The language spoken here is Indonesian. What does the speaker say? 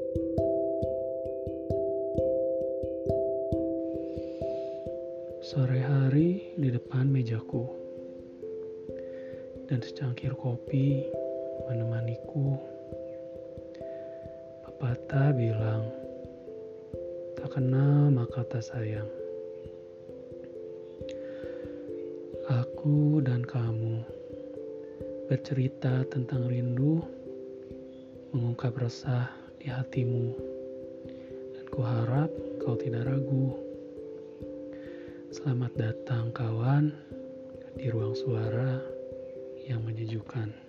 Sore hari di depan mejaku, dan secangkir kopi menemaniku. Pepatah bilang, tak kenal maka tak sayang. Aku dan kamu bercerita tentang rindu, mengungkap resah di hatimu, dan kuharap kau tidak ragu. Selamat datang kawan di ruang suara yang menyejukkan.